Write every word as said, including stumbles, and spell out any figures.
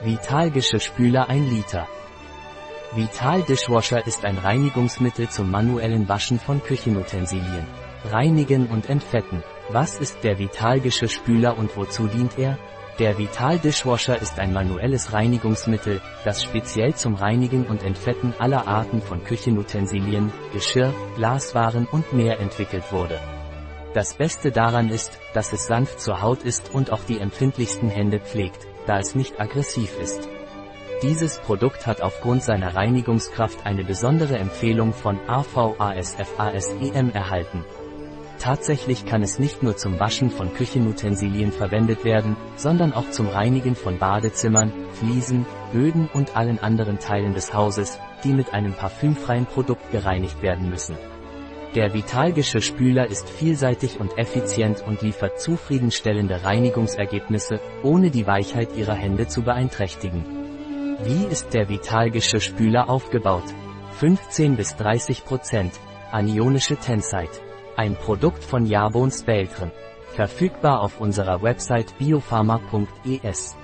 Vital Geschirrspüler ein Liter. Vital Dishwasher ist ein Reinigungsmittel zum manuellen Waschen von Küchenutensilien. Reinigen und entfetten. Was ist der Vital Geschirrspüler und wozu dient er? Der Vital Dishwasher ist ein manuelles Reinigungsmittel, das speziell zum Reinigen und Entfetten aller Arten von Küchenutensilien, Geschirr, Glaswaren und mehr entwickelt wurde. Das Beste daran ist, dass es sanft zur Haut ist und auch die empfindlichsten Hände pflegt, da es nicht aggressiv ist. Dieses Produkt hat aufgrund seiner Reinigungskraft eine besondere Empfehlung von A V A S F A S E M erhalten. Tatsächlich kann es nicht nur zum Waschen von Küchenutensilien verwendet werden, sondern auch zum Reinigen von Badezimmern, Fliesen, Böden und allen anderen Teilen des Hauses, die mit einem parfümfreien Produkt gereinigt werden müssen. Der Vital Geschirrspüler ist vielseitig und effizient und liefert zufriedenstellende Reinigungsergebnisse, ohne die Weichheit Ihrer Hände zu beeinträchtigen. Wie ist der Vital Geschirrspüler aufgebaut? fünfzehn bis dreißig Prozent Anionische Tenside. Ein Produkt von Jabons Beltran. Verfügbar auf unserer Website biopharma punkt e s.